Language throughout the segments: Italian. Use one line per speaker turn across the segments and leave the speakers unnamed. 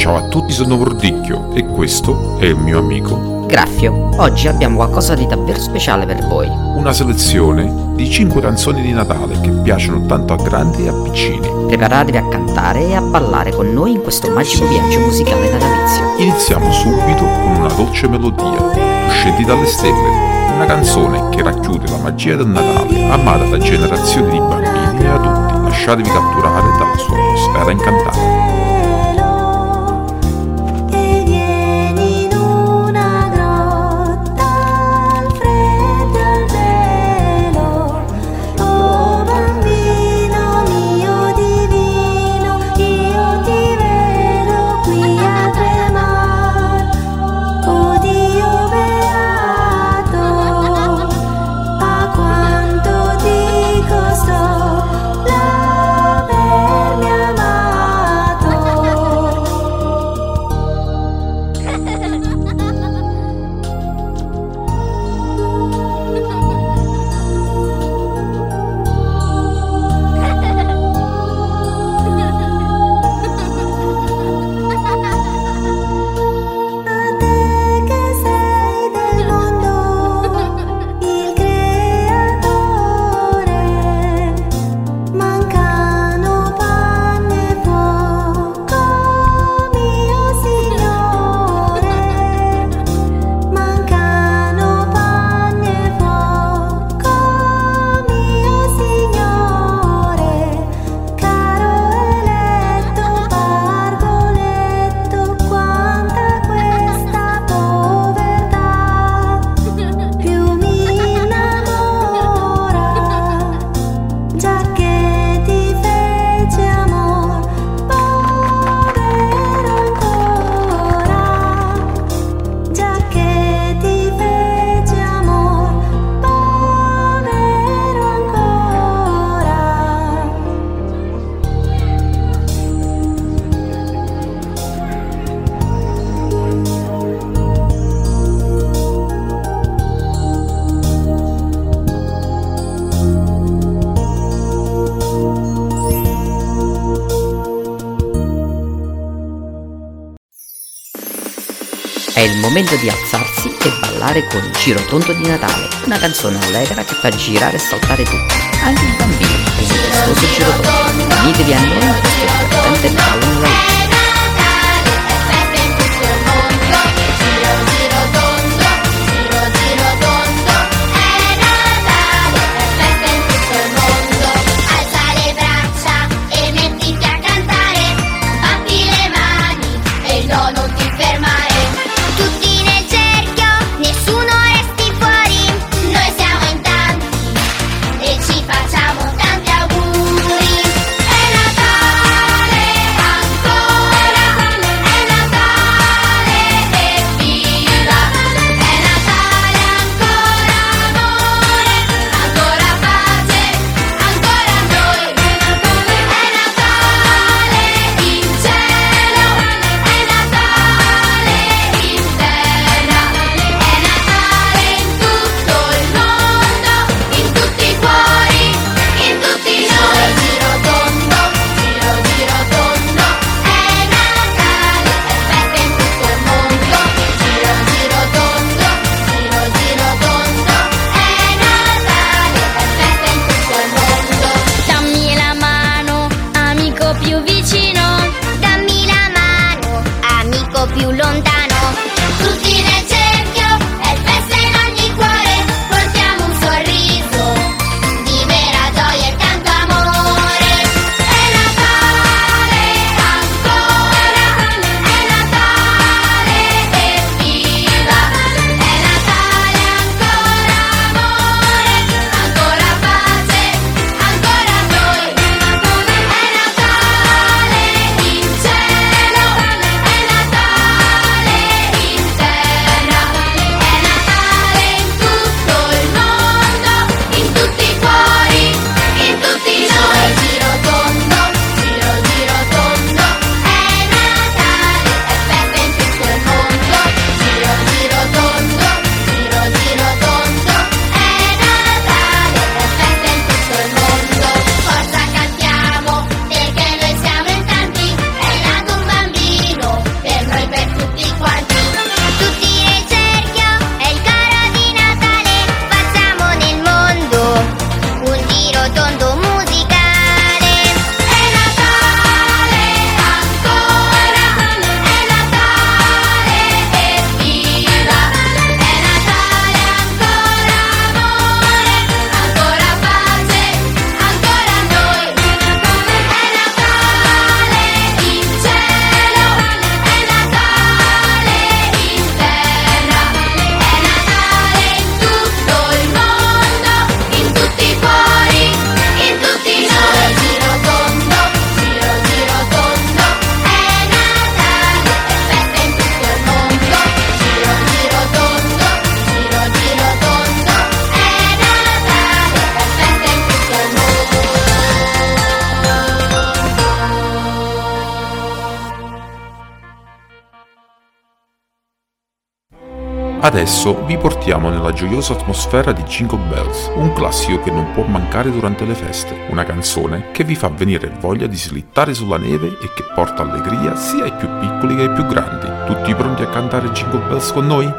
Ciao a tutti, sono Mordicchio e questo è il mio amico
Graffio. Oggi abbiamo qualcosa di davvero speciale per voi.
Una selezione di 5 canzoni di Natale che piacciono tanto a grandi e a piccini.
Preparatevi a cantare e a ballare con noi in questo magico viaggio musicale natalizio.
Iniziamo subito con una dolce melodia, Usciti dalle stelle, una canzone che racchiude la magia del Natale, amata da generazioni di bambini e adulti. Lasciatevi catturare dalla sua atmosfera incantata.
È il momento di alzarsi e ballare con Giro Tondo di Natale, una canzone allegra che fa girare e saltare tutti, anche i bambini, con il festoso Giro Tondo. Unitevi a noi in questo divertente Natale natalizio.
Facciamo tanti auguri, è Natale!
Adesso vi portiamo nella gioiosa atmosfera di Jingle Bells, un classico che non può mancare durante le feste, una canzone che vi fa venire voglia di slittare sulla neve e che porta allegria sia ai più piccoli che ai più grandi. Tutti pronti a cantare Jingle Bells con noi?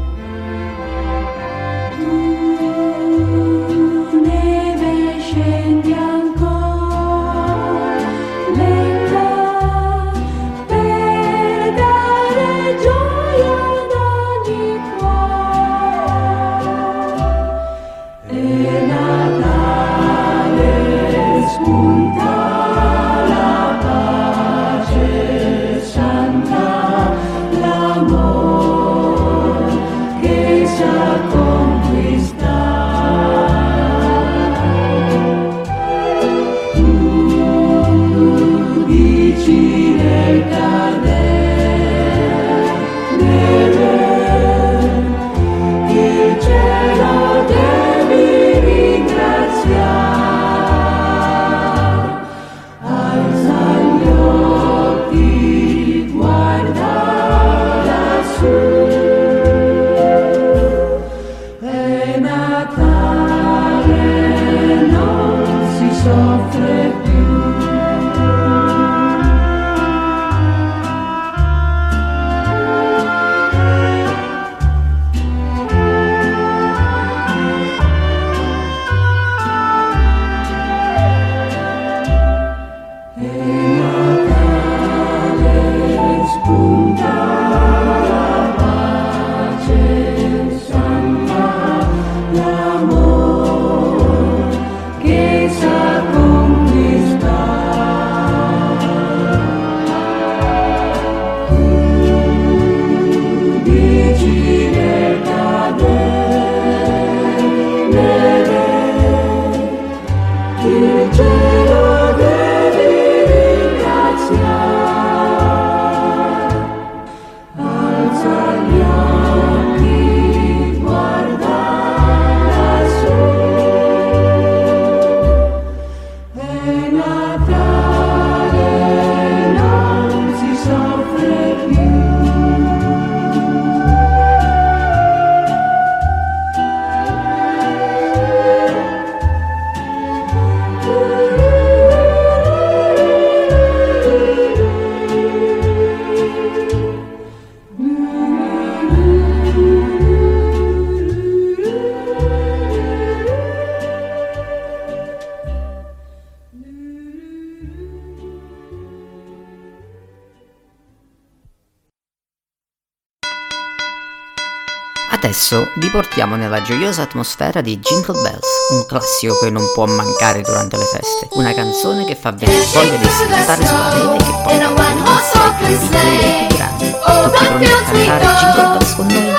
Adesso vi portiamo nella gioiosa atmosfera di Jingle Bells, un classico che non può mancare durante le feste, una canzone che fa venire voglia di slittare sulla neve e che porta allegria ai più piccoli e ai più grandi. Tutti pronti a cantare Jingle Bells con noi?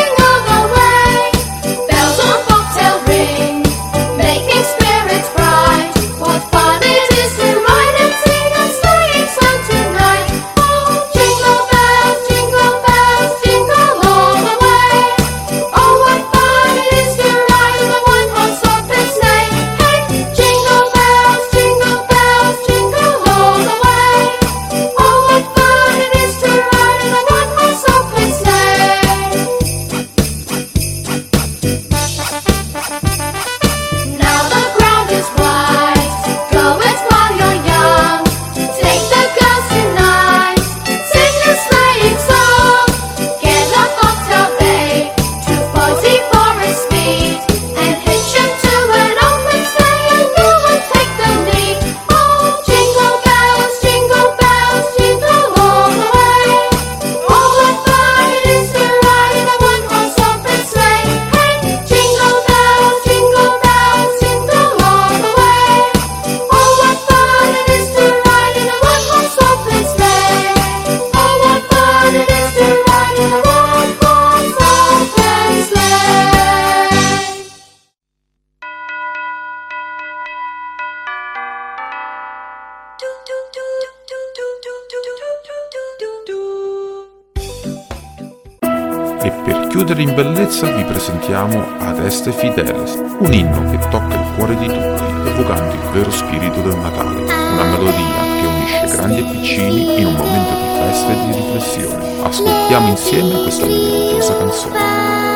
E per chiudere in bellezza vi presentiamo Ad Este Fideles, un inno che tocca il cuore di tutti, evocando il vero spirito del Natale, una melodia che unisce grandi e piccini in un momento di festa e di riflessione. Ascoltiamo insieme questa meravigliosa canzone.